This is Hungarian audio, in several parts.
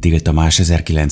Dél Tamás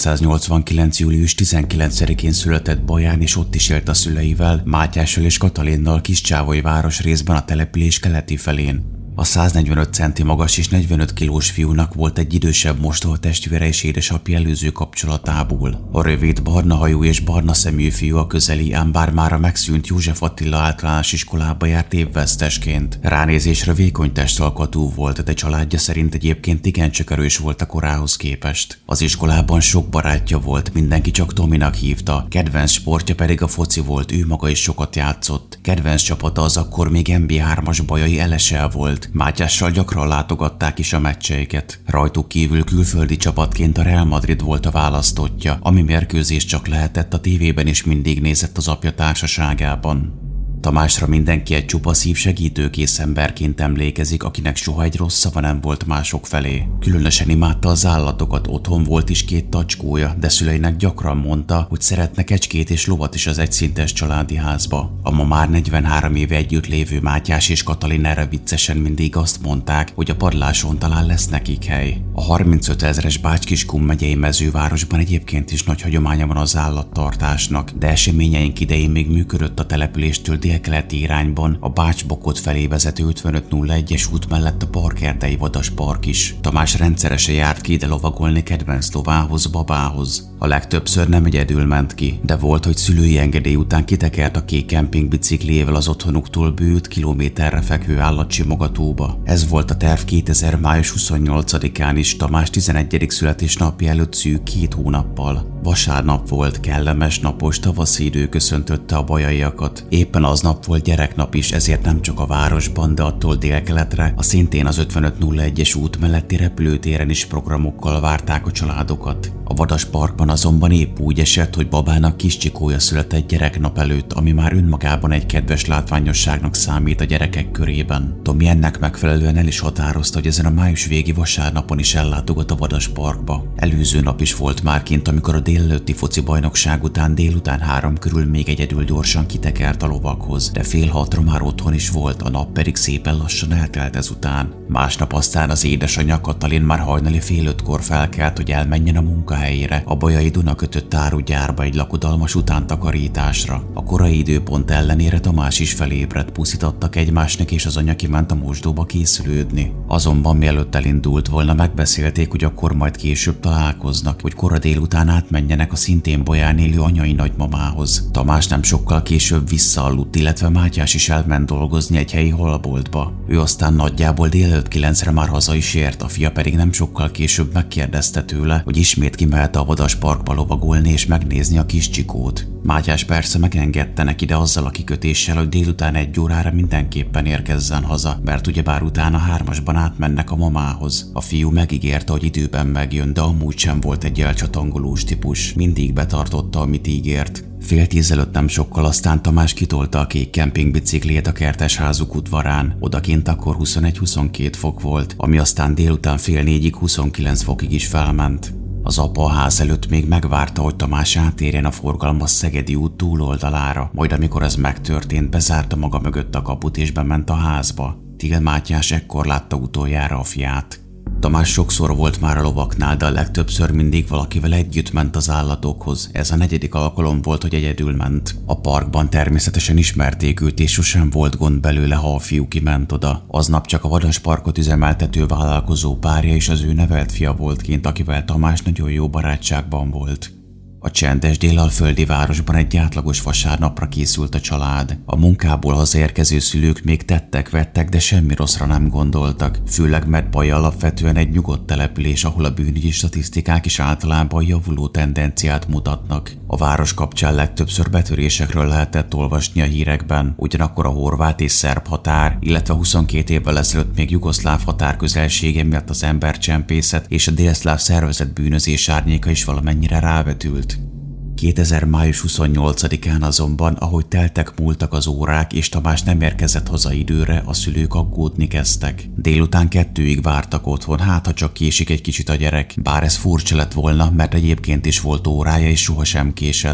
1989. július 19-én született Baján, és ott is élt a szüleivel, Mátyással és Katalinnal Kiscsávói városrészben a település keleti felén. A 145 centi magas és 45 kilós fiúnak volt egy idősebb mostohatestvére és édesapja előző kapcsolatából. A rövid, barna hajú és barna szemű fiú a közeli, ám bár már a megszűnt József Attila általános iskolába járt évvesztesként. Ránézésre vékony testalkatú volt, de családja szerint egyébként igencsak erős volt a korához képest. Az iskolában sok barátja volt, mindenki csak Tominak hívta, kedvenc sportja pedig a foci volt, ő maga is sokat játszott. Kedvenc csapata az akkor még MB3-as Bajai LSL volt. Mátyással gyakran látogatták is a meccseiket. Rajtuk kívül külföldi csapatként a Real Madrid volt a választottja, ami mérkőzés csak lehetett, a tévében is mindig nézett az apja társaságában. Tamásra mindenki egy csupa szív segítőkész emberként emlékezik, akinek soha egy rossz szava nem volt mások felé. Különösen imádta az állatokat, otthon volt is 2 tacskója, de szüleinek gyakran mondta, hogy szeretne kecskét és lovat is az egyszintes családi házba. A ma már 43 éve együtt lévő Mátyás és Katalin erre viccesen mindig azt mondták, hogy a padláson talán lesz nekik hely. A 35 000-es Bács-Kiskun megyei Mezővárosban egyébként is nagy hagyománya van az állattartásnak, de eseményeink idején még működött a településtől délkeleti irányban a Bács-Bokot felé vezető 5501-es út mellett a Parkerdei Vadaspark is. Tamás rendszeresen járt ki ide lovagolni kedvenc lovához, Babához. A legtöbbször nem egyedül ment ki, de volt, hogy szülői engedély után kitekert a kék kempingbicikliével az otthonuktól bő 5 kilométerre fekvő állatsimogatóba. Ez volt a terv 2000. május 28-án is, Tamás 11. születésnapja előtt szűk 2 hónappal. Vasárnap volt, kellemes, napos tavaszi idő köszöntötte a bajaiakat. Éppen aznap volt gyereknap is, ezért nem csak a városban, de attól délkeletre, a szintén az 5501-es út melletti repülőtéren is programokkal várták a családokat. A Vadasparkban azonban épp úgy esett, hogy babának kis csikója született gyereknap előtt, ami már önmagában egy kedves látványosságnak számít a gyerekek körében. Tomi ennek megfelelően el is határozta, hogy ezen a május végi vasárnapon is ellátogat a Vadasparkba. Előző nap is volt már kint, amikor a délelőtti foci bajnokság után délután 3 körül még egyedül gyorsan kitekert a lovakhoz, de fél 6-ra már otthon is volt, a nap pedig szépen lassan eltelt ezután. Másnap aztán az édesanyja Katalin már hajnali fél 5-kor felkelt, hogy elmenjen a munkahelyére, a Bajai Duna kötött árugyárba egy lakodalmas utántakarításra. A korai időpont ellenére Tamás is felébredt, puszítottak egymásnak, és az anya kiment a mosdóba készülődni. Azonban mielőtt elindult volna, megbeszélték, hogy akkor majd később találkoznak, hogy kora délután átmenjenek a szintén Baján élő anyai nagymamához. Tamás nem sokkal később visszaaludt, illetve Mátyás is elment dolgozni egy helyi holboltba. Ő aztán nagyjából délelőtt 9-re már haza is ért, a fia pedig nem sokkal később megkérdezte tőle, hogy ismét kimehet a Vadasparkba lovagolni és megnézni a kis csikót. Mátyás persze megengedte neki, de azzal a kikötéssel, hogy délután 1 órára mindenképpen érkezzen haza, mert ugyebár utána 3-asban átmennek a mamához. A fiú megígérte, hogy időben megjön, de amúgy sem volt egy elcsatangolós típus. Mindig betartotta, amit ígért. Fél 10 előtt nem sokkal aztán Tamás kitolta a kék kempingbicikliét a kertesházuk udvarán. Odakint akkor 21-22 fok volt, ami aztán délután fél 4-ig 29 fokig is felment. Az apa a ház előtt még megvárta, hogy Tamás átérjen a forgalmas Szegedi út túloldalára, majd amikor ez megtörtént, bezárta maga mögött a kaput és bement a házba. Till Mátyás ekkor látta utoljára a fiát. Tamás sokszor volt már a lovaknál, de a legtöbbször mindig valakivel együtt ment az állatokhoz. Ez a 4. alkalom volt, hogy egyedül ment. A parkban természetesen ismerték őt, és sosem volt gond belőle, ha a fiú kiment oda. Aznap csak a Vadasparkot üzemeltető vállalkozó párja és az ő nevelt fia volt kint, akivel Tamás nagyon jó barátságban volt. A csendes délalföldi városban egy átlagos vasárnapra készült a család. A munkából hazaérkező szülők még tettek-vettek, de semmi rosszra nem gondoltak, főleg mert Baja alapvetően egy nyugodt település, ahol a bűnügyi statisztikák is általában javuló tendenciát mutatnak. A város kapcsán legtöbbször betörésekről lehetett olvasni a hírekben, ugyanakkor a horvát és szerb határ, illetve 22 évvel ezelőtt még jugoszláv határ közelsége miatt az embercsempészet és a délszláv szervezett bűnözés árnyéka is valamennyire rávetült. 2000. május 28-án azonban, ahogy teltek-múltak az órák és Tamás nem érkezett haza időre, a szülők aggódni kezdtek. Délután 2-ig vártak otthon, hát ha csak késik egy kicsit a gyerek, bár ez furcsa lett volna, mert egyébként is volt órája és sohasem késett.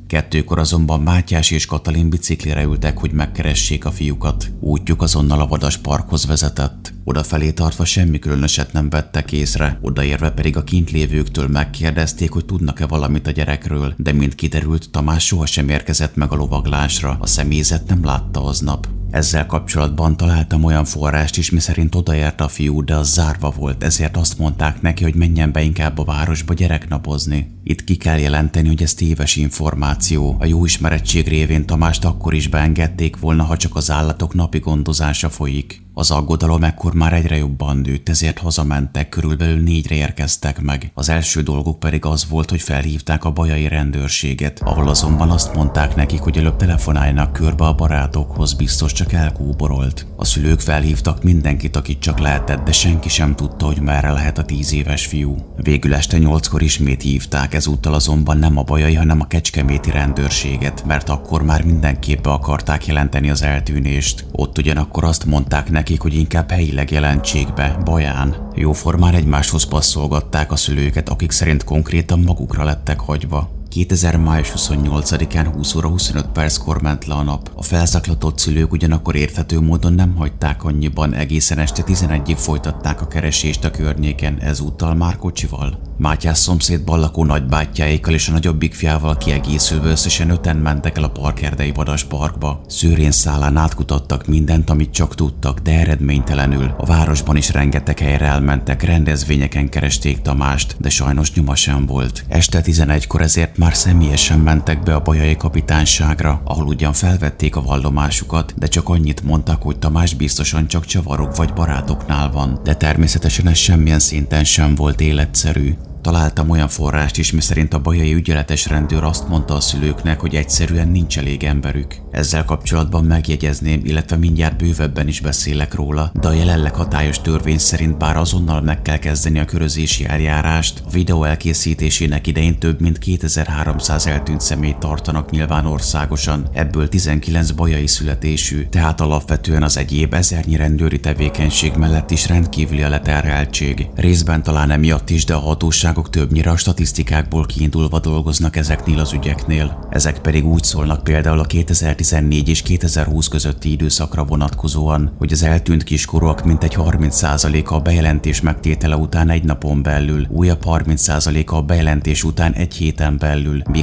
2-kor azonban Mátyás és Katalin biciklire ültek, hogy megkeressék a fiúkat. Útjuk azonnal a Vadas parkhoz vezetett. Odafelé tartva semmi különöset nem vettek észre, odaérve pedig a kint lévőktől megkérdezték, hogy tudnak-e valamit a gyerekről, de mint kiderült, Tamás sohasem érkezett meg a lovaglásra, a személyzet nem látta aznap. Ezzel kapcsolatban találtam olyan forrást is, miszerint odaért a fiú, de az zárva volt, ezért azt mondták neki, hogy menjen be inkább a városba gyereknapozni. Itt ki kell jelenteni, hogy ez téves információ. A jó ismerettség révén Tamást akkor is beengedték volna, ha csak az állatok napi gondozása folyik. Az aggodalom ekkor már egyre jobban nőtt, ezért hazamentek, körülbelül 4-re érkeztek meg. Az első dolguk pedig az volt, hogy felhívták a bajai rendőrséget, ahol azonban azt mondták nekik, hogy előbb telefonáljanak körbe a barátokhoz, biztos csak elkúborolt. A szülők felhívtak mindenkit, akit csak lehetett, de senki sem tudta, hogy merre lehet a 10 éves fiú. Végül este 8-kor ismét hívták, ezúttal azonban nem a bajai, hanem a kecskeméti rendőrséget, mert akkor már mindenképp be akarták jelenteni az eltűnést. Ott ugyanakkor azt mondták nekik, hogy inkább helyileg jelentsék be, Baján. Jóformán egymáshoz passzolgatták a szülőket, akik szerint konkrétan magukra lettek hagyva. 2000. május 28-án 20 óra 25 perckor ment le a nap. A felzaklatott szülők ugyanakkor érthető módon nem hagyták annyiban, egészen este 11-ig folytatták a keresést a környéken, ezúttal már kocsival. Mátyás szomszédban lakó nagybátyjáikkal és a nagyobbik fiával kiegészülve összesen 5-en mentek el a Parkerdei Vadas parkba. Szőrén szálán átkutattak mindent, amit csak tudtak, de eredménytelenül. A városban is rengeteg helyre elmentek, rendezvényeken keresték Tamást, de sajnos nyoma sem volt. Este 11-kor ezért már személyesen mentek be a bajai kapitányságra, ahol ugyan felvették a vallomásukat, de csak annyit mondtak, hogy Tamás biztosan csak csavarok vagy barátoknál van, de természetesen ez semmilyen szinten sem volt életszerű. Találtam olyan forrást is, miszerint a bajai ügyeletes rendőr azt mondta a szülőknek, hogy egyszerűen nincs elég emberük. Ezzel kapcsolatban megjegyezném, illetve mindjárt bővebben is beszélek róla, de a jelenleg hatályos törvény szerint bár azonnal meg kell kezdeni a körözési eljárást, a videó elkészítésének idején több mint 2300 eltűnt személyt tartanak nyilván országosan, ebből 19 bajai születésű, tehát alapvetően az egyéb ezernyi rendőri tevékenység mellett is rendkívüli a leterheltség. Részben talán emiatt is, de a hatóságok többnyire a statisztikákból kiindulva dolgoznak ezeknél az ügyeknél. Ezek pedig úgy szólnak például a 2014 és 2020 közötti időszakra vonatkozóan, hogy az eltűnt kiskorúak mintegy 30%-a a bejelentés megtétele után 1 napon belül, újabb 30%-a a bejelentés után 1 héten belül, míg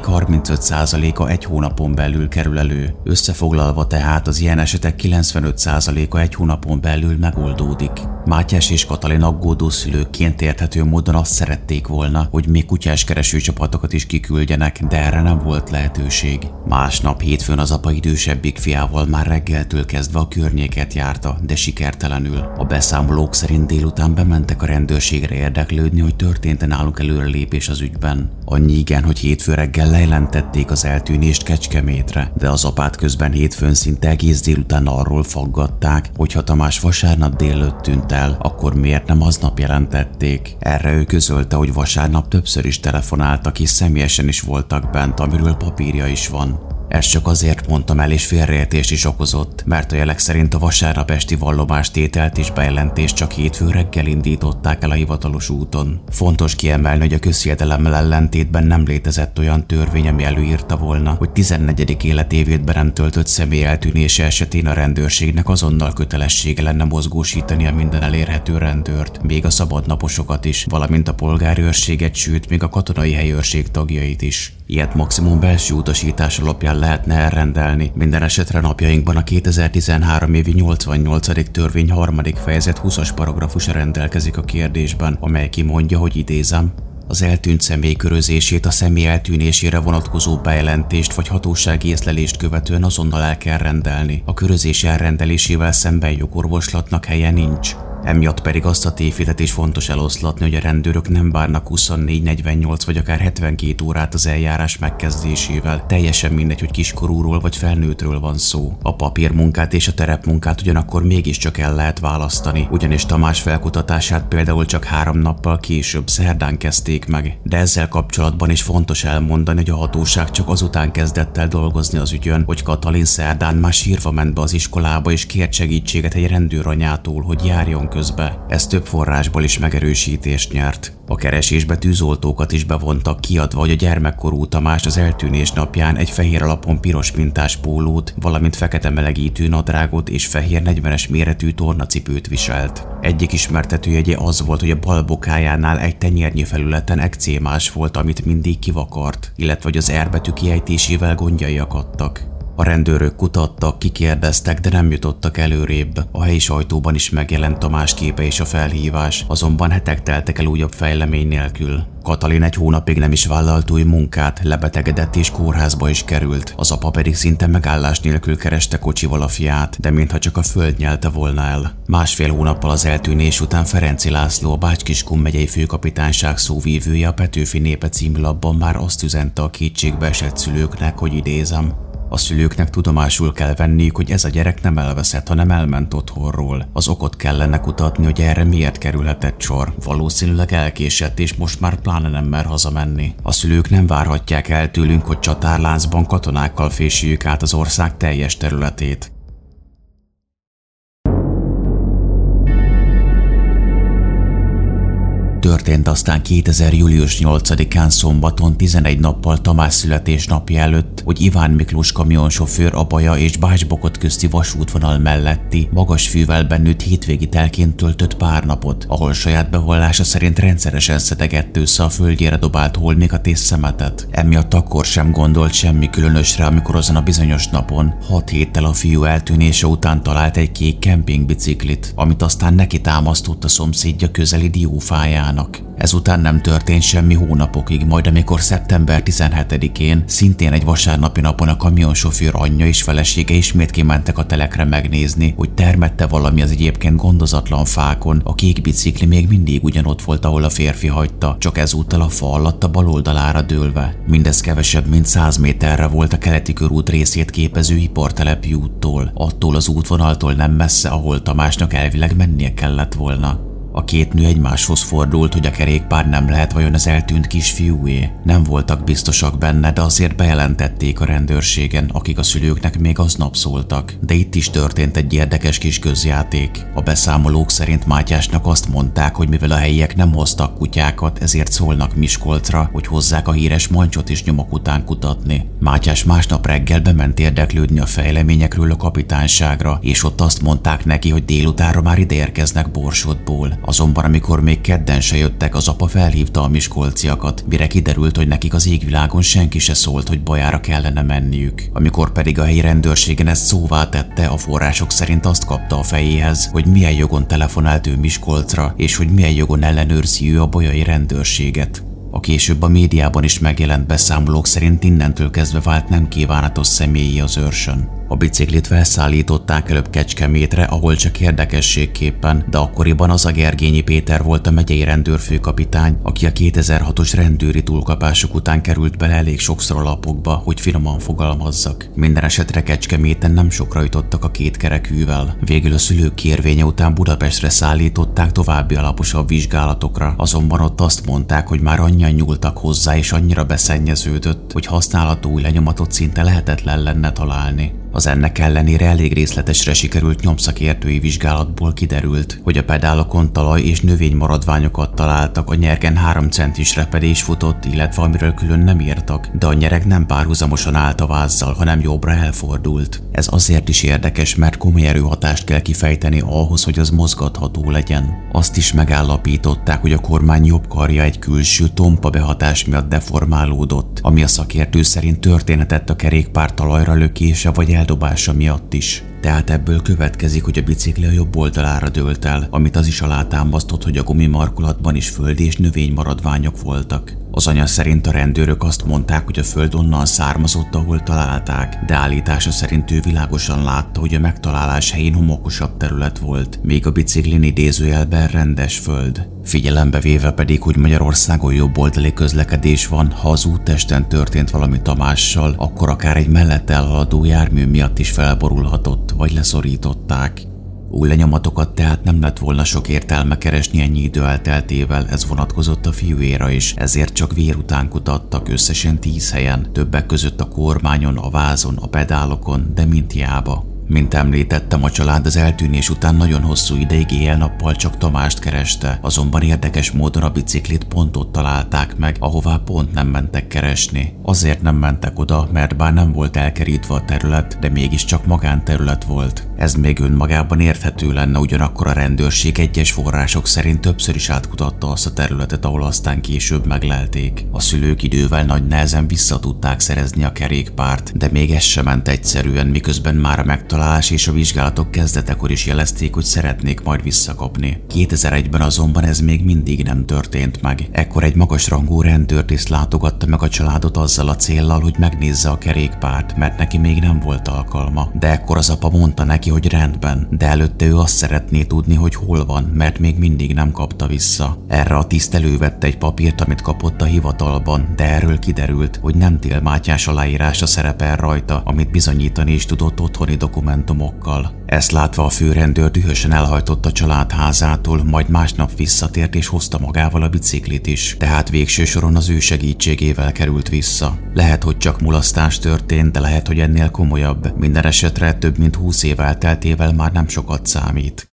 35%-a 1 hónapon belül kerül elő. Összefoglalva tehát az ilyen esetek 95%-a 1 hónapon belül megoldódik. Mátyás és Katalin aggódó szülőkként érthető módon azt szerették volna, hogy még kutyás keresőcsapatokat is kiküldjenek, de erre nem volt lehetőség. Másnap hétfőn az apa idősebbik fiával már reggeltől kezdve a környéket járta, de sikertelenül. A beszámolók szerint délután bementek a rendőrségre érdeklődni, hogy történt-e náluk előrelépés az ügyben. Annyi igen, hogy hétfő reggel lejelentették az eltűnést Kecskemétre, de az apát közben hétfőn szinte egész délután arról faggatták, hogy ha Tamás vasárnap délelőtt tűnt el, akkor miért nem aznap jelentették. Erre ő közölte, hogy vasárnap többször is telefonáltak és személyesen is voltak bent, amiről papírja is van. Ezt csak azért mondtam el, és félreértést is okozott, mert a jelek szerint a vasárnap esti vallomástételt és bejelentést csak hétfő reggel indították el a hivatalos úton. Fontos kiemelni, hogy a közhiedelemmel ellentétben nem létezett olyan törvény, ami előírta volna, hogy 14. életévét be nem töltött személy eltűnése esetén a rendőrségnek azonnal kötelessége lenne mozgósítani a minden elérhető rendőrt, még a szabadnaposokat is, valamint a polgári őrséget, sőt még a katonai helyőrség tagjait is. Ilyet maximum belső utasítás alapján lehetne elrendelni. Minden esetre napjainkban a 2013 évi 88. törvény 3. fejezet 20-as paragrafusa rendelkezik a kérdésben, amely kimondja, hogy idézem: az eltűnt személy körözését, a személy eltűnésére vonatkozó bejelentést vagy hatósági észlelést követően azonnal el kell rendelni. A körözés elrendelésével szemben jogorvoslatnak helye nincs. Emiatt pedig azt a tévhitet is fontos eloszlatni, hogy a rendőrök nem várnak 24, 48 vagy akár 72 órát az eljárás megkezdésével. Teljesen mindegy, hogy kiskorúról vagy felnőttről van szó. A papírmunkát és a terepmunkát ugyanakkor mégiscsak el lehet választani, ugyanis Tamás felkutatását például csak 3 nappal később, szerdán kezdték meg. De ezzel kapcsolatban is fontos elmondani, hogy a hatóság csak azután kezdett el dolgozni az ügyön, hogy Katalin szerdán már sírva ment be az iskolába és kért segítséget egy rendőranyától, hogy járjon közbe. Ez több forrásból is megerősítést nyert. A keresésbe tűzoltókat is bevontak, kiadva, hogy a gyermekkorú Tamás az eltűnés napján egy fehér alapon piros mintás pólót, valamint fekete melegítő nadrágot és fehér 40-es méretű tornacipőt viselt. Egyik ismertetőjegye az volt, hogy a bal bokájánál egy tenyérnyi felületen ekcémás volt, amit mindig kivakart, illetve hogy az R betű kiejtésével gondjai akadtak. A rendőrök kutattak, kikérdeztek, de nem jutottak előrébb. A helyi sajtóban is megjelent Tamás képe és a felhívás, azonban hetek teltek el újabb fejlemény nélkül. Katalin egy hónapig nem is vállalt új munkát, lebetegedett és kórházba is került. Az apa pedig szinte megállás nélkül kereste kocsival a fiát, de mintha csak a föld nyelte volna el. Másfél hónappal az eltűnés után Ferenczy László, a Bács-Kiskun megyei főkapitányság szóvívője a Petőfi Népe című lapban már azt üzente a kétségbe esett szülőknek, hogy idézem: a szülőknek tudomásul kell venniük, hogy ez a gyerek nem elveszett, hanem elment otthonról. Az okot kellene kutatni, hogy erre miért kerülhetett sor. Valószínűleg elkésett, és most már pláne nem mer hazamenni. A szülők nem várhatják el tőlünk, hogy csatárláncban katonákkal fésüljük át az ország teljes területét. Történt aztán 2000. július 8-án szombaton 11 nappal Tamás születésnapja előtt, hogy Iván Miklós kamionsofőr a Baja és Bács-Bokot közti vasútvonal melletti, magas fűvel bennőtt hétvégi telkén töltött pár napot, ahol saját bevallása szerint rendszeresen szedegette össze a földjére dobált holmikat és szemetet. Emiatt akkor sem gondolt semmi különösre, amikor azon a bizonyos napon, 6 héttel a fiú eltűnése után talált egy kék kempingbiciklit, amit aztán neki támasztott a szomszédja közeli diófáján. Ezután nem történt semmi hónapokig, majd amikor szeptember 17-én, szintén egy vasárnapi napon a kamionsofőr anyja és felesége ismét kimentek a telekre megnézni, hogy termette valami az egyébként gondozatlan fákon, a kék bicikli még mindig ugyanott volt, ahol a férfi hagyta, csak ezúttal a fa alatt a bal oldalára dőlve. Mindez kevesebb, mint 100 méterre volt a keleti körút részét képező ipartelepi úttól, attól az útvonaltól nem messze, ahol Tamásnak elvileg mennie kellett volna. A két nő egymáshoz fordult, hogy a kerékpár nem lehet vajon az eltűnt kisfiúé. Nem voltak biztosak benne, de azért bejelentették a rendőrségen, akik a szülőknek még aznap szóltak. De itt is történt egy érdekes kis közjáték. A beszámolók szerint Mátyásnak azt mondták, hogy mivel a helyiek nem hoztak kutyákat, ezért szólnak Miskolcra, hogy hozzák a híres mancsot is nyomok után kutatni. Mátyás másnap reggel bement érdeklődni a fejleményekről a kapitányságra, és ott azt mondták neki, hogy délutánra már ide érkeznek Borsodból. Azonban amikor még kedden se jöttek, az apa felhívta a miskolciakat, mire kiderült, hogy nekik az égvilágon senki se szólt, hogy Bajára kellene menniük. Amikor pedig a helyi rendőrségen ezt szóvá tette, a források szerint azt kapta a fejéhez, hogy milyen jogon telefonált ő Miskolcra, és hogy milyen jogon ellenőrzi ő a bajai rendőrséget. A később a médiában is megjelent beszámolók szerint innentől kezdve vált nem kívánatos személlyé az őrsön. A biciklit felszállították előbb Kecskemétre, ahol csak érdekességképpen, de akkoriban az a Gergényi Péter volt a megyei rendőrfőkapitány, aki a 2006-os rendőri túlkapások után került bele elég sokszor a lapokba, hogy finoman fogalmazzak. Minden esetre Kecskeméten nem sokra jutottak a kétkerekűvel. Végül a szülők kérvénye után Budapestre szállították további alaposabb vizsgálatokra, azonban ott azt mondták, hogy már annyian nyúltak hozzá és annyira beszennyeződött, hogy használható új lenyomatot szinte lehetetlen lenne találni. Az ennek ellenére elég részletesre sikerült nyomszakértői vizsgálatból kiderült, hogy a pedálokon talaj- és növénymaradványokat találtak, a nyergen 3 centis repedés futott, illetve amiről külön nem írtak, de a nyereg nem párhuzamosan állt a vázzal, hanem jobbra elfordult. Ez azért is érdekes, mert komoly erőhatást kell kifejteni ahhoz, hogy az mozgatható legyen. Azt is megállapították, hogy a kormány jobb karja egy külső tompa behatás miatt deformálódott, ami a szakértő szerint történhetett a kerékpár talajra lökése vagy eldobása miatt is. Tehát ebből következik, hogy a bicikli a jobb oldalára dőlt el, amit az is alátámasztott, hogy a gumimarkolatban is föld és növénymaradványok voltak. Az anya szerint a rendőrök azt mondták, hogy a föld onnan származott, ahol találták, de állítása szerint ő világosan látta, hogy a megtalálás helyén homokosabb terület volt, még a biciklin idézőjelben rendes föld. Figyelembe véve pedig, hogy Magyarországon jobboldali közlekedés van, ha az úttesten történt valami Tamással, akkor akár egy mellette elhaladó jármű miatt is felborulhatott, vagy leszorították. Új lenyomatokat tehát nem lett volna sok értelme keresni ennyi idő elteltével, ez vonatkozott a fiúéra is, ezért csak vér után kutattak összesen 10 helyen, többek között a kormányon, a vázon, a pedálokon, de mint hiába. Mint említettem, a család az eltűnés után nagyon hosszú ideig éjjel-nappal csak Tamást kereste, azonban érdekes módon a biciklit pont ott találták meg, ahová pont nem mentek keresni. Azért nem mentek oda, mert bár nem volt elkerítve a terület, de mégiscsak magánterület volt. Ez még önmagában érthető lenne, ugyanakkor a rendőrség egyes források szerint többször is átkutatta azt a területet, ahol aztán később meglelték. A szülők idővel nagy nehezen vissza tudták szerezni a kerékpárt, de még ez sem ment egyszerűen, miközben már a megtalálás és a vizsgálatok kezdetekor is jelezték, hogy szeretnék majd visszakapni. 2001-ben azonban ez még mindig nem történt meg. Ekkor egy magasrangú rendőrtiszt látogatta meg a családot azzal a céllal, hogy megnézze a kerékpárt, mert neki még nem volt alkalma. De ekkor az apa mondta neki, hogy rendben, de előtte ő azt szeretné tudni, hogy hol van, mert még mindig nem kapta vissza. Erre a tiszt elővette egy papírt, amit kapott a hivatalban, de erről kiderült, hogy nem Till Mátyás aláírása szerepel rajta, amit bizonyítani is tudott otthoni dokumentumokkal. Ezt látva a főrendőr dühösen elhajtott a család házától, majd másnap visszatért és hozta magával a biciklit is, tehát végső soron az ő segítségével került vissza. Lehet, hogy csak mulasztás történt, de lehet, hogy ennél komolyabb. Minden esetre több mint 20 év elteltével már nem sokat számít.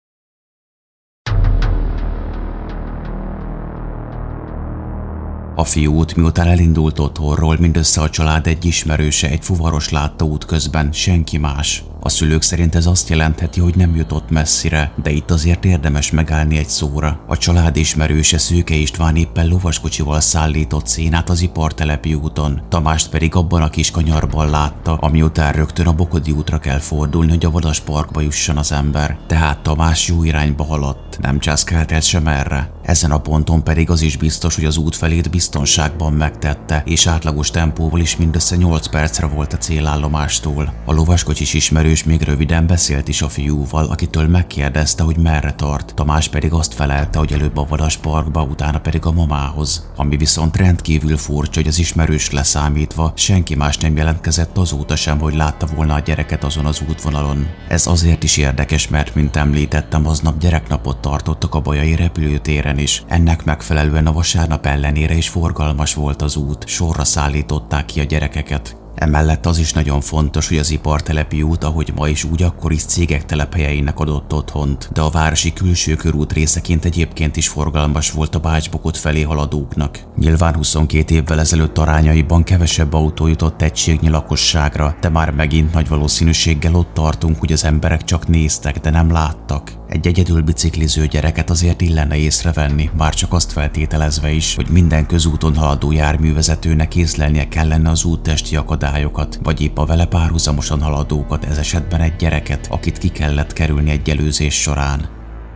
A fiút, miután elindult otthonról, mindössze a család egy ismerőse, egy fuvaros látta útközben, senki más. A szülők szerint ez azt jelentheti, hogy nem jutott messzire, de itt azért érdemes megállni egy szóra. A család ismerőse, Szőke István éppen lovaskocsival szállított szénát az Ipartelepi úton, Tamást pedig abban a kis kanyarban látta, ami után rögtön a Bokodi útra kell fordulni, hogy a Vadasparkba jusson az ember. Tehát Tamás jó irányba haladt, nem császkált el sem erre. Ezen a ponton pedig az is biztos, hogy az útfelét biztonságban megtette, és átlagos tempóval is mindössze 8 percre volt a célállomástól. A lovaskocsis ismerős még röviden beszélt is a fiúval, akitől megkérdezte, hogy merre tart. Tamás pedig azt felelte, hogy előbb a Vadasparkba, utána pedig a mamához. Ami viszont rendkívül furcsa, hogy az ismerős leszámítva senki más nem jelentkezett azóta sem, hogy látta volna a gyereket azon az útvonalon. Ez azért is érdekes, mert mint említettem, aznap gyereknapot tartottak a Bajai repülőtéren is. Ennek megfelelően a vasárnap ellenére is forgalmas volt az út, sorra szállították ki a gyerekeket. Emellett az is nagyon fontos, hogy az Ipartelepi út, ahogy ma is, úgy akkor is cégek telephelyeinek adott otthont, de a városi külső körút részeként egyébként is forgalmas volt a Bács-Bokot felé haladóknak. Nyilván 22 évvel ezelőtt arányaiban kevesebb autó jutott egységnyi lakosságra, de már megint nagy valószínűséggel ott tartunk, hogy az emberek csak néztek, de nem láttak. Egy egyedül bicikliző gyereket azért illene észrevenni, már csak azt feltételezve is, hogy minden közúton haladó járművezetőnek észlelnie kellene az úttesti akadályokat, vagy épp a vele párhuzamosan haladókat, ez esetben egy gyereket, akit ki kellett kerülni egy előzés során.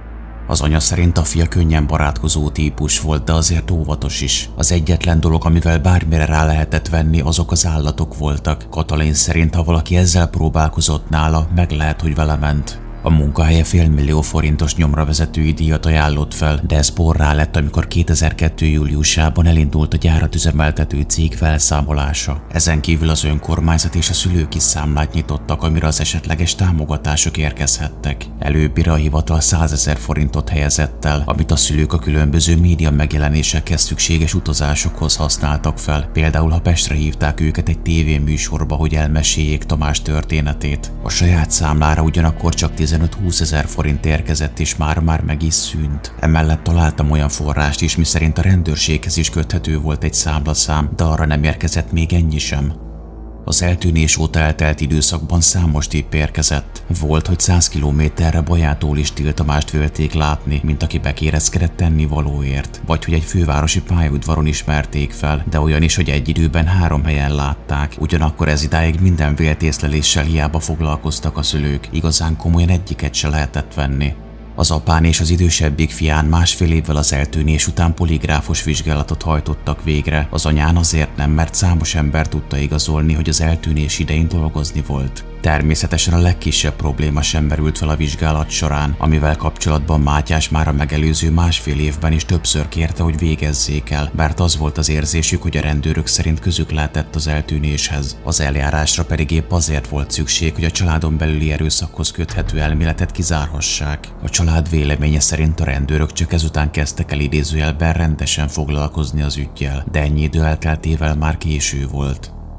Az anya szerint a fia könnyen barátkozó típus volt, de azért óvatos is. Az egyetlen dolog, amivel bármire rá lehetett venni, azok az állatok voltak. Katalin szerint, ha valaki ezzel próbálkozott nála, meg lehet, hogy vele ment. A munkahelye $500 000 nyomravezetői díjat ajánlott fel, de ez porrá lett, amikor 2002. júliusában elindult a gyárat üzemeltető cég felszámolása. Ezen kívül az önkormányzat és a szülők is számlát nyitottak, amire az esetleges támogatások érkezhettek. Előbbire a hivatal $100 000 helyezett el, amit a szülők a különböző média megjelenésekhez szükséges utazásokhoz használtak fel. Például, ha Pestre hívták őket egy tévéműsorba, hogy elmeséljék Tamás történetét. A saját számlára ugyanakkor csak 15-20 000 érkezett, és már meg is szűnt. Emellett találtam olyan forrást is, miszerint a rendőrséghez is köthető volt egy számlaszám, de arra nem érkezett még ennyi sem. Az eltűnés óta eltelt időszakban számos tipp érkezett. Volt, hogy 100 kilométerre Bajától is Till Tamást vélték látni, mint aki bekéreckedett tennivalóért, vagy hogy egy fővárosi pályaudvaron ismerték fel, de olyan is, hogy egy időben 3 helyen látták. Ugyanakkor ez idáig minden vélt észleléssel hiába foglalkoztak a szülők, igazán komolyan egyiket se lehetett venni. Az apán és az idősebbik fián 1,5 évvel az eltűnés után poligráfos vizsgálatot hajtottak végre, az anyán azért nem, mert számos ember tudta igazolni, hogy az eltűnés idején dolgozni volt. Természetesen a legkisebb probléma sem merült fel a vizsgálat során, amivel kapcsolatban Mátyás már a megelőző 1,5 évben is többször kérte, hogy végezzék el, mert az volt az érzésük, hogy a rendőrök szerint közük lehetett az eltűnéshez. Az eljárásra pedig épp azért volt szükség, hogy a családon belüli erőszakhoz köthető elméletet kizárhassák. A család véleménye szerint a rendőrök csak ezután kezdtek el idézőjelben rendesen foglalkozni az üggyel, de ennyi idő elteltével már késő volt.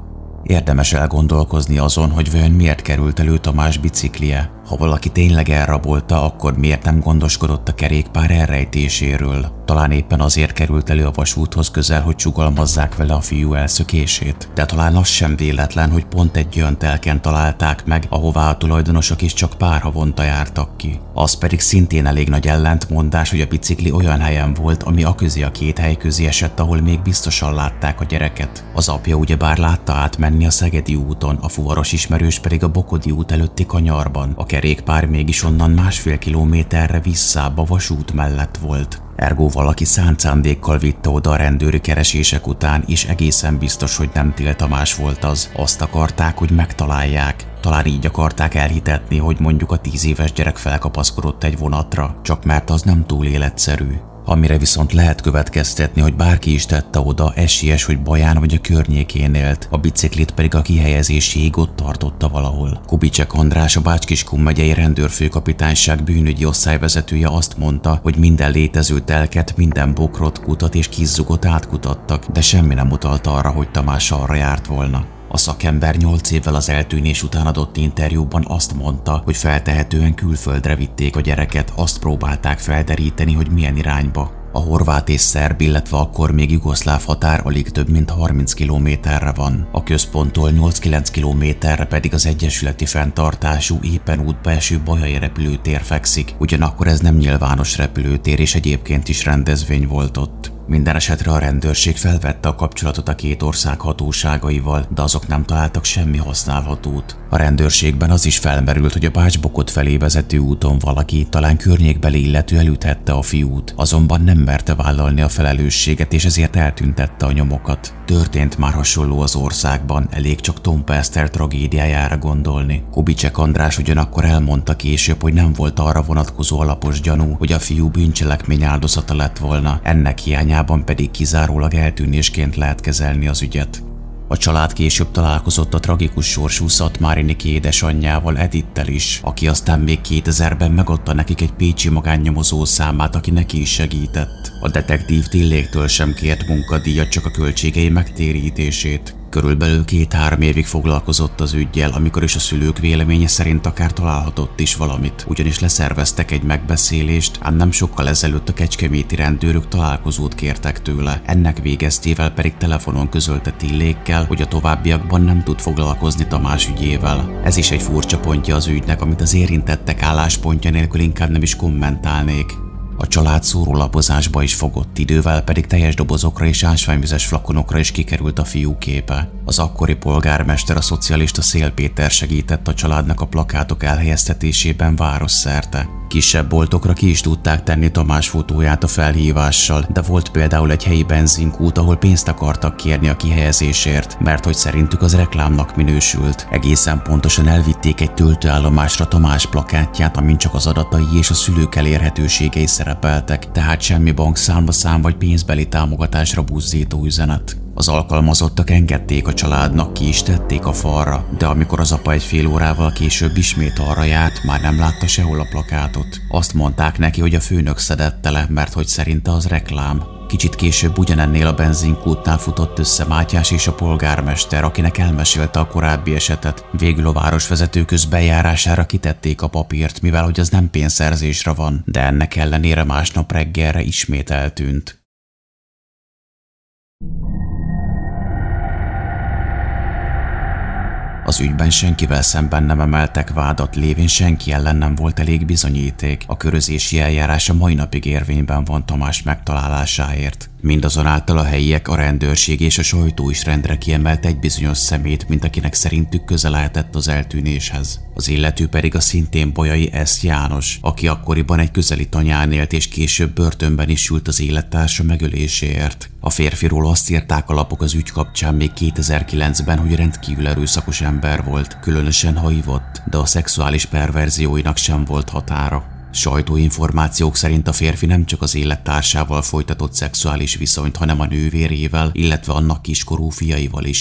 Érdemes elgondolkozni azon, hogy vajon miért került elő Tamás biciklije. Ha valaki tényleg elrabolta, akkor miért nem gondoskodott a kerékpár elrejtéséről? Talán éppen azért került elő a vasúthoz közel, hogy csugalmazzák vele a fiú elszökését. De talán az sem véletlen, hogy pont egy olyan telken találták meg, ahová a tulajdonosok is csak pár havonta jártak ki. Az pedig szintén elég nagy ellentmondás, hogy a bicikli olyan helyen volt, ami aközé a két hely közé esett, ahol még biztosan látták a gyereket. Az apja ugyebár látta átmenni a Szegedi úton, a fuvaros ismerős pedig a Bokodi út előtti kanyarban. A kerékpár mégis onnan 1,5 kilométerre visszább a vasút mellett volt. Ergo valaki szánt szándékkal vitte oda a rendőri keresések után, és egészen biztos, hogy nem Till Tamás volt az. Azt akarták, hogy megtalálják. Talán így akarták elhitetni, hogy mondjuk a 10 éves gyerek felkapaszkodott egy vonatra, csak mert az nem túl életszerű. Amire viszont lehet következtetni, hogy bárki is tette oda, esélyes, hogy Baján vagy a környékén élt, a biciklit pedig a kihelyezéséig ott tartotta valahol. Kubicek András, a Bács-Kiskun megyei rendőrfőkapitányság bűnügyi osztályvezetője azt mondta, hogy minden létező telket, minden bokrot, kutat és kizzugot átkutattak, de semmi nem utalta arra, hogy Tamás arra járt volna. A szakember 8 évvel az eltűnés után adott interjúban azt mondta, hogy feltehetően külföldre vitték a gyereket, azt próbálták felderíteni, hogy milyen irányba. A horvát és szerb, illetve akkor még jugoszláv határ alig több mint 30 kilométerre van. A központtól 8-9 kilométerre pedig az egyesületi fenntartású, éppen útba eső Bajai repülőtér fekszik, ugyanakkor ez nem nyilvános repülőtér, és egyébként is rendezvény volt ott. Minden esetre a rendőrség felvette a kapcsolatot a két ország hatóságaival, de azok nem találtak semmi használhatót. A rendőrségben az is felmerült, hogy a Bács-Bokot felé vezető úton valaki, talán környékbeli illető elüthette a fiút, azonban nem merte vállalni a felelősséget, és ezért eltüntette a nyomokat. Történt már hasonló az országban, elég csak Tompa Eszter tragédiájára gondolni. Kubicek András ugyanakkor elmondta később, hogy nem volt arra vonatkozó alapos gyanú, hogy a fiú bűncselekmény áldozata lett volna, ennek hiányában pedig kizárólag eltűnésként lehet kezelni az ügyet. A család később találkozott a tragikus sorsú Szatmári Niki édesanyjával, Edittel is, aki aztán még 2000-ben megadta nekik egy pécsi magánnyomozó számát, aki neki is segített. A detektív Tilléktől sem kért munkadíjat, csak a költségei megtérítését. Körülbelül 2-3 évig foglalkozott az üggyel, amikor is a szülők véleménye szerint akár találhatott is valamit, ugyanis leszerveztek egy megbeszélést, ám nem sokkal ezelőtt a kecskeméti rendőrök találkozót kértek tőle. Ennek végeztével pedig telefonon közölte Tillékkel, hogy a továbbiakban nem tud foglalkozni Tamás ügyével. Ez is egy furcsa pontja az ügynek, amit az érintettek álláspontja nélkül inkább nem is kommentálnék. A család szórólapozásba is fogott, idővel pedig teljes dobozokra és ásványvizes flakonokra is kikerült a fiú képe. Az akkori polgármester, a szocialista Szél Péter segített a családnak a plakátok elhelyeztetésében városszerte. Kisebb boltokra ki is tudták tenni Tamás fotóját a felhívással, de volt például egy helyi benzinkút, ahol pénzt akartak kérni a kihelyezésért, mert hogy szerintük az reklámnak minősült. Egészen pontosan elvitték egy töltőállomásra Tamás plakátját, amin csak az adatai és a szülők elérhetőségei szerepeltek, tehát semmi bankszámlaszám vagy pénzbeli támogatásra buzdító üzenet. Az alkalmazottak engedték a családnak, ki is tették a falra, de amikor az apa egy fél órával később ismét arra járt, már nem látta sehol a plakátot. Azt mondták neki, hogy a főnök szedette le, mert hogy szerinte az reklám. Kicsit később ugyanennél a benzinkútnál futott össze Mátyás és a polgármester, akinek elmesélte a korábbi esetet. Végül a városvezető közbenjárására kitették a papírt, mivel hogy az nem pénzszerzésre van, de ennek ellenére másnap reggelre ismét eltűnt. Az ügyben senkivel szemben nem emeltek vádat, lévén senki ellen nem volt elég bizonyíték. A körözési eljárás a mai napig érvényben van Tamás megtalálásáért. Mindazonáltal a helyiek, a rendőrség és a sajtó is rendre kiemelt egy bizonyos szemét, mint akinek szerintük köze lehetett az eltűnéshez. Az illető pedig a szintén Bolyai S. János, aki akkoriban egy közeli tanyán élt és később börtönben is sült az élettársa megöléséért. A férfiról azt írták a lapok az ügy kapcsán még 2009-ben, hogy rendkívül erőszakos ember volt, különösen ha ivott, de a szexuális perverzióinak sem volt határa. Sajtóinformációk szerint a férfi nem csak az élettársával folytatott szexuális viszonyt, hanem a nővérével, illetve annak kiskorú fiaival is.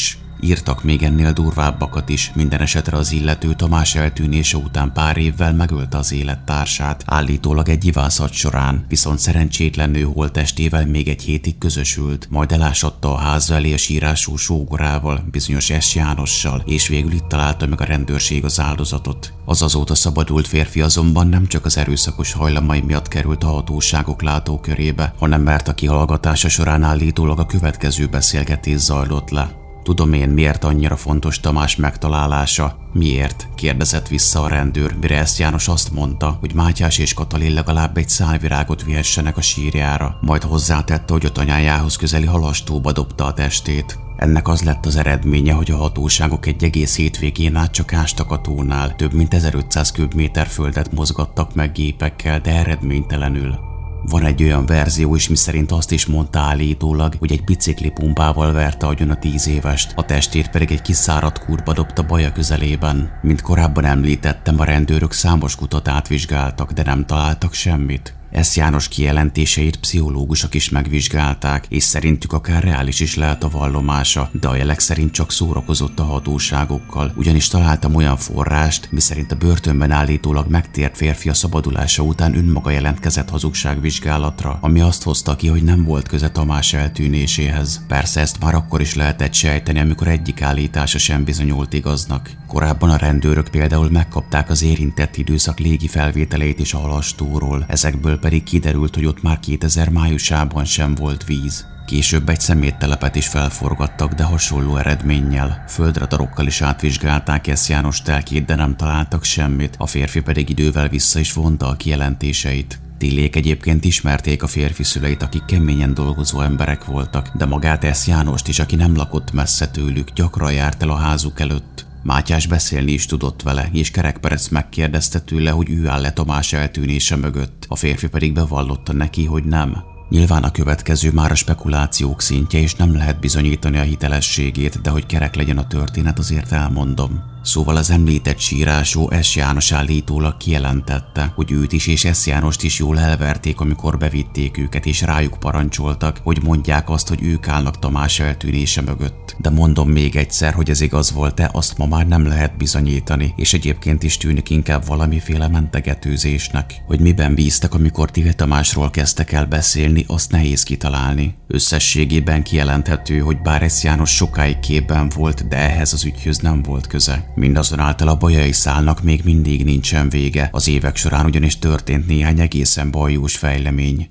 Írtak még ennél durvábbakat is, minden esetre az illető Tamás eltűnése után pár évvel megölte az élettársát, állítólag egy ivászat során, viszont szerencsétlen nő holttestével még egy hétig közösült, majd elásatta a háza elé a sírású sógorával, bizonyos S. Jánossal, és végül itt találta meg a rendőrség az áldozatot. Az azóta szabadult férfi azonban nem csak az erőszakos hajlamai miatt került a hatóságok látókörébe, hanem mert a kihallgatása során állítólag a következő beszélgetés zajlott le. Tudom én, miért annyira fontos Tamás megtalálása. Miért? Kérdezett vissza a rendőr, mire S. János azt mondta, hogy Mátyás és Katalin legalább egy szál virágot vihessenek a sírjára, majd hozzátette, hogy a tanyájához közeli halastóba dobta a testét. Ennek az lett az eredménye, hogy a hatóságok egy egész hétvégén át csak ástak a tónál, több mint 1500 köbméter földet mozgattak meg gépekkel, de eredménytelenül. Van egy olyan verzió is, miszerint azt is mondta állítólag, hogy egy biciklipumpával verte agyon a 10 évest, a testét pedig egy kiszáradt kútba dobta Baja közelében. Mint korábban említettem, a rendőrök számos kutat átvizsgáltak, de nem találtak semmit. S. János kijelentéseit pszichológusok is megvizsgálták, és szerintük akár reális is lehet a vallomása, de a jelek szerint csak szórakozott a hatóságokkal, ugyanis találtam olyan forrást, miszerint a börtönben állítólag megtért férfi a szabadulása után önmaga jelentkezett hazugságvizsgálatra, ami azt hozta ki, hogy nem volt köze Tamás eltűnéséhez. Persze ezt már akkor is lehetett sejteni, amikor egyik állítása sem bizonyult igaznak. Korábban a rendőrök például megkapták az érintett időszak légi felvételeit is a halastóról, ezekből pedig kiderült, hogy ott már 2000 májusában sem volt víz. Később egy szeméttelepet is felforgattak, de hasonló eredménnyel. Földradarokkal is átvizsgálták S. János telkét, de nem találtak semmit, a férfi pedig idővel vissza is vonta a kijelentéseit. Tillék egyébként ismerték a férfi szüleit, akik keményen dolgozó emberek voltak, de magát S. Jánost is, aki nem lakott messze tőlük, gyakran járt el a házuk előtt. Mátyás beszélni is tudott vele, és Kerek Perec megkérdezte tőle, hogy ő áll-e Tamás eltűnése mögött, a férfi pedig bevallotta neki, hogy nem. Nyilván a következő már a spekulációk szintje, és nem lehet bizonyítani a hitelességét, de hogy kerek legyen a történet, azért elmondom. Szóval az említett sírásó S. János állítólag kijelentette, hogy őt is és S. Jánost is jól elverték, amikor bevitték őket, és rájuk parancsoltak, hogy mondják azt, hogy ők állnak Tamás eltűnése mögött. De mondom még egyszer, hogy ez igaz volt-e, azt ma már nem lehet bizonyítani, és egyébként is tűnik inkább valamiféle mentegetőzésnek. Hogy miben bíztak, amikor Til Tamásról kezdtek el beszélni, azt nehéz kitalálni. Összességében kijelenthető, hogy bár S. János sokáig képben volt, de ehhez az ügyhöz nem volt köze. Mindazonáltal a bajai szálnak még mindig nincsen vége, az évek során ugyanis történt néhány egészen baljós fejlemény.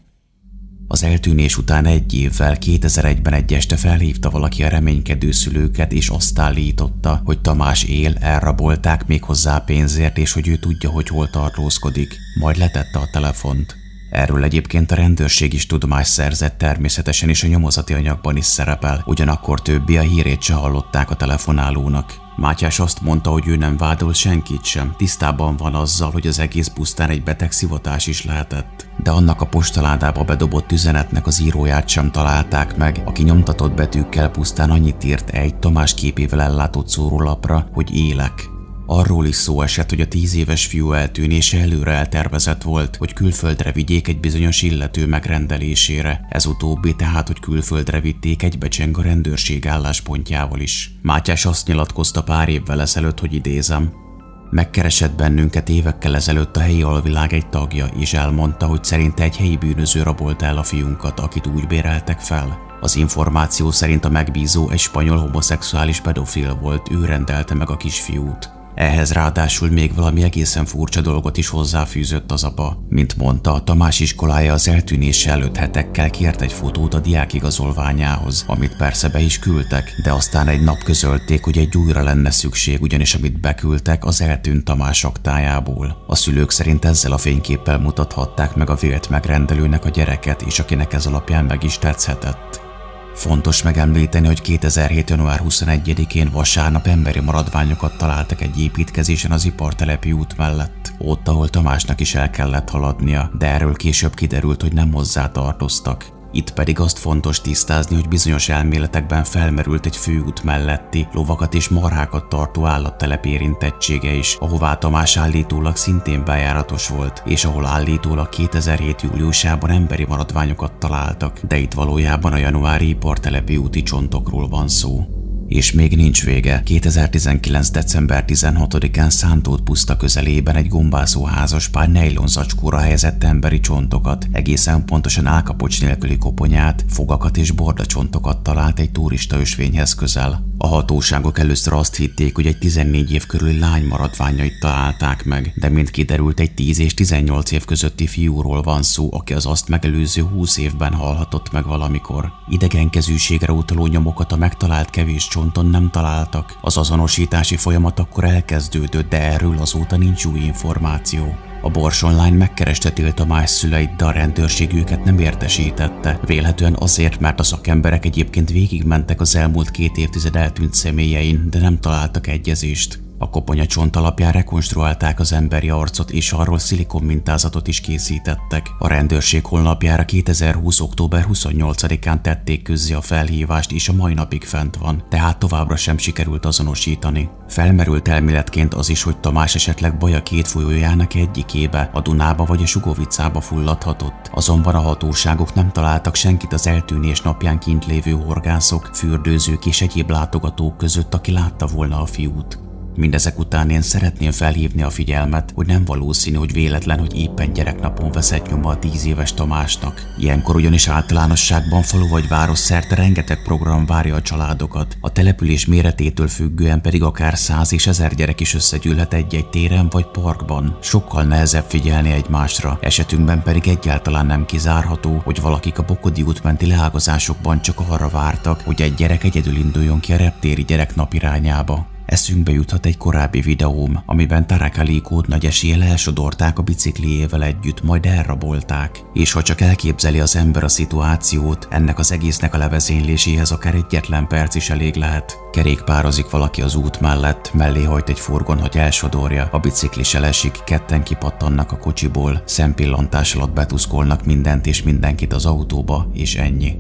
Az eltűnés után egy évvel, 2001-ben egy este felhívta valaki a reménykedő szülőket, és azt állította, hogy Tamás él, elrabolták méghozzá pénzért, és hogy ő tudja, hogy hol tartózkodik. Majd letette a telefont. Erről egyébként a rendőrség is tudomást szerzett, természetesen is a nyomozati anyagban is szerepel, ugyanakkor többi a hírét se hallották a telefonálónak. Mátyás azt mondta, hogy ő nem vádol senkit sem, tisztában van azzal, hogy az egész pusztán egy beteg szivatás is lehetett. De annak a postaládába bedobott üzenetnek az íróját sem találták meg, aki nyomtatott betűkkel pusztán annyit írt egy Tamás képével ellátott szórólapra, hogy élek. Arról is szó esett, hogy a 10 éves fiú eltűnése előre eltervezett volt, hogy külföldre vigyék egy bizonyos illető megrendelésére. Ez utóbbi tehát, hogy külföldre vitték, egybecseng a rendőrség álláspontjával is. Mátyás azt nyilatkozta pár évvel ezelőtt, hogy idézem: megkeresett bennünket évekkel ezelőtt a helyi alvilág egy tagja, és elmondta, hogy szerinte egy helyi bűnöző rabolta el a fiunkat, akit úgy béreltek fel. Az információ szerint a megbízó egy spanyol homoszexuális pedofil volt, ő rendelte meg a kisfiút. Ehhez ráadásul még valami egészen furcsa dolgot is hozzáfűzött az apa. Mint mondta, a Tamás iskolája az eltűnése előtt hetekkel kért egy fotót a diákigazolványához, amit persze be is küldtek, de aztán egy nap közölték, hogy egy újra lenne szükség, ugyanis amit beküldtek, az eltűnt Tamás aktájából. A szülők szerint ezzel a fényképpel mutathatták meg a vélt megrendelőnek a gyereket, és akinek ez alapján meg is tetszhetett. Fontos megemlíteni, hogy 2007. január 21-én vasárnap emberi maradványokat találtak egy építkezésen az ipartelepi út mellett, ott, ahol Tamásnak is el kellett haladnia, de erről később kiderült, hogy nem hozzá tartoztak. Itt pedig azt fontos tisztázni, hogy bizonyos elméletekben felmerült egy főút melletti, lovakat és marhákat tartó állattelep érintettsége is, ahová Tamás állítólag szintén bejáratos volt, és ahol állítólag 2007. júliusában emberi maradványokat találtak, de itt valójában a januári ipartelepi úti csontokról van szó. És még nincs vége. 2019. december 16-án Szántót puszta közelében egy gombászó házaspár nejlonzacskóra helyezett emberi csontokat, egészen pontosan állkapocs nélküli koponyát, fogakat és bordacsontokat talált egy turista ösvényhez közel. A hatóságok először azt hitték, hogy egy 14 év körüli lány maradványait találták meg, de mint kiderült, egy 10 és 18 év közötti fiúról van szó, aki az azt megelőző 20 évben halhatott meg valamikor. Idegenkezűségre utaló nyomokat a megtalált kevés csonton nem találtak. Az azonosítási folyamat akkor elkezdődött, de erről azóta nincs új információ. A Bors Online megkereste Till Tamás szüleit, de a rendőrség őket nem értesítette. Vélhetően azért, mert a szakemberek egyébként végigmentek az elmúlt 2 évtized eltűnt személyein, de nem találtak egyezést. A koponyacsont alapján rekonstruálták az emberi arcot, és arról szilikon mintázatot is készítettek. A rendőrség honlapjára 2020. október 28-án tették közzé a felhívást, és a mai napig fent van, tehát továbbra sem sikerült azonosítani. Felmerült elméletként az is, hogy Tamás esetleg Baja 2 folyójának egyikébe, a Dunába vagy a Sugovicába fulladhatott. Azonban a hatóságok nem találtak senkit az eltűnés napján kint lévő horgászok, fürdőzők és egyéb látogatók között, aki látta volna a fiút. Mindezek után én szeretném felhívni a figyelmet, hogy nem valószínű, hogy véletlen, hogy éppen gyereknapon veszett nyoma a 10 éves Tamásnak. Ilyenkor ugyanis általánosságban falu vagy város szerte rengeteg program várja a családokat, a település méretétől függően pedig akár 100 és 1000 gyerek is összegyűlhet egy-egy téren vagy parkban. Sokkal nehezebb figyelni egymásra, esetünkben pedig egyáltalán nem kizárható, hogy valakik a Bokodi út menti leágazásokban csak arra vártak, hogy egy gyerek egyedül induljon ki a reptéri gyereknap irányába. Eszünkbe juthat egy korábbi videóm, amiben Tarek Alikót nagy eséllyel elsodorták a bicikliével együtt, majd elrabolták. És ha csak elképzeli az ember a szituációt, ennek az egésznek a levezényléséhez akár egyetlen perc is elég lehet. Kerékpározik valaki az út mellett, mellé hajt egy furgon, hogy elsodorja, a biciklis elesik, ketten kipattannak a kocsiból, szempillantás alatt betuszkolnak mindent és mindenkit az autóba, és ennyi.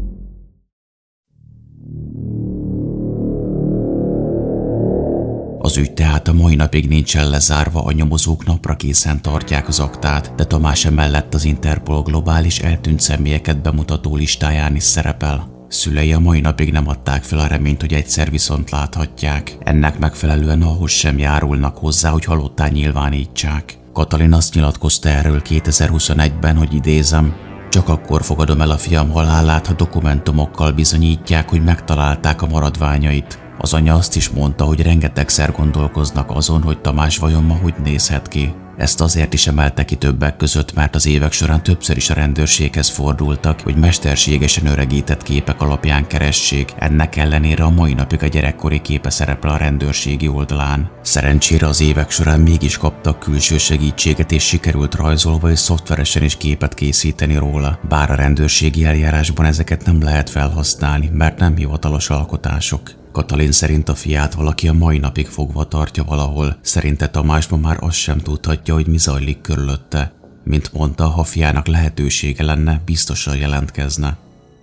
Az ügy tehát a mai napig nincsen lezárva, a nyomozók napra készen tartják az aktát, de Tamás emellett az Interpol globális eltűnt személyeket bemutató listáján is szerepel. Szülei a mai napig nem adták fel a reményt, hogy egyszer viszont láthatják. Ennek megfelelően ahhoz sem járulnak hozzá, hogy halottá nyilvánítsák. Katalin azt nyilatkozta erről 2021-ben, hogy idézem, csak akkor fogadom el a fiam halálát, ha dokumentumokkal bizonyítják, hogy megtalálták a maradványait. Az anya azt is mondta, hogy rengetegszer gondolkoznak azon, hogy Tamás vajon ma hogy nézhet ki. Ezt azért is emelte ki többek között, mert az évek során többször is a rendőrséghez fordultak, hogy mesterségesen öregített képek alapján keressék, ennek ellenére a mai napig a gyerekkori képe szerepel a rendőrségi oldalán. Szerencsére az évek során mégis kaptak külső segítséget, és sikerült rajzolva és szoftveresen is képet készíteni róla, bár a rendőrségi eljárásban ezeket nem lehet felhasználni, mert nem hivatalos alkotások. Katalin szerint a fiát valaki a mai napig fogva tartja valahol, szerinte Tamásban már azt sem tudhatja, hogy mi zajlik körülötte. Mint mondta, ha fiának lehetősége lenne, biztosan jelentkezne.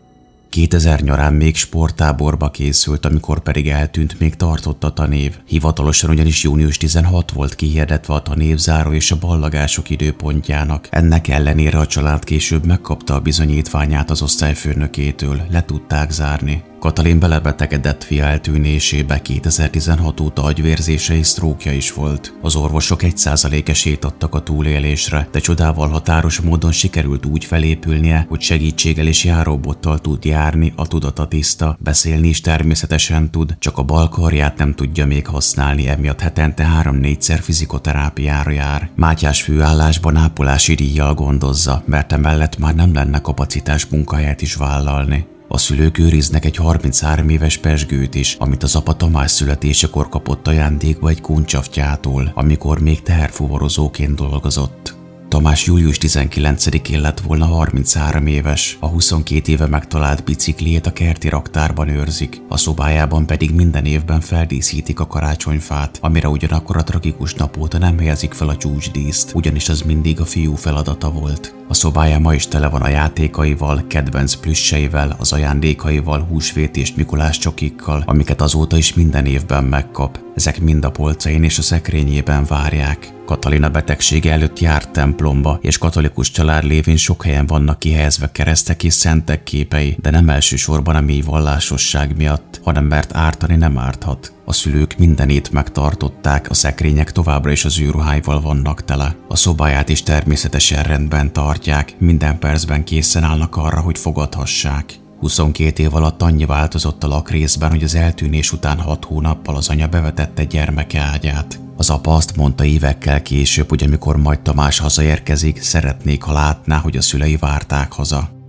2000 nyarán még sporttáborba készült, amikor pedig eltűnt, még tartott a tanév. Hivatalosan ugyanis június 16 volt kihirdetve a tanévzáró és a ballagások időpontjának. Ennek ellenére a család később megkapta a bizonyítványát az osztályfőnökétől, le tudták zárni. Katalin belebetegedett fia eltűnésébe, 2016 óta agyvérzése és sztrókja is volt. Az orvosok 1% esélyt adtak a túlélésre, de csodával határos módon sikerült úgy felépülnie, hogy segítséggel és járóbottal tud járni, a tudata tiszta, beszélni is természetesen tud, csak a bal karját nem tudja még használni, emiatt hetente 3-4-szer fizikoterápiára jár. Mátyás főállásban ápolási díjjal gondozza, mert emellett már nem lenne kapacitás munkahelyet is vállalni. A szülők őriznek egy 33 éves pezsgőt is, amit az apa Tamás születésekor kapott ajándékba egy kuncsaftjától, amikor még teherfuvarozóként dolgozott. Tamás július 19-én lett volna 33 éves, a 22 éve megtalált bicikliét a kerti raktárban őrzik, a szobájában pedig minden évben feldíszítik a karácsonyfát, amire ugyanakkor a tragikus nap óta nem helyezik fel a csúcsdíszt, ugyanis az mindig a fiú feladata volt. A szobája ma is tele van a játékaival, kedvenc plüsseivel, az ajándékaival, húsvét és Mikulás csokikkal, amiket azóta is minden évben megkap. Ezek mind a polcain és a szekrényében várják. Katalina betegsége előtt járt templomba, és katolikus család lévén sok helyen vannak kihelyezve keresztek és szentek képei, de nem elsősorban a mély vallásosság miatt, hanem mert ártani nem árthat. A szülők mindenét megtartották, a szekrények továbbra is az ő ruháival vannak tele. A szobáját is természetesen rendben tartják, minden percben készen állnak arra, hogy fogadhassák. 22 év alatt annyi változott a lakrészben, hogy az eltűnés után 6 hónappal az anya bevetette gyermeke ágyát. Az apa azt mondta évekkel később, hogy amikor majd Tamás hazaérkezik, szeretnék, ha látná, hogy a szülei várták haza.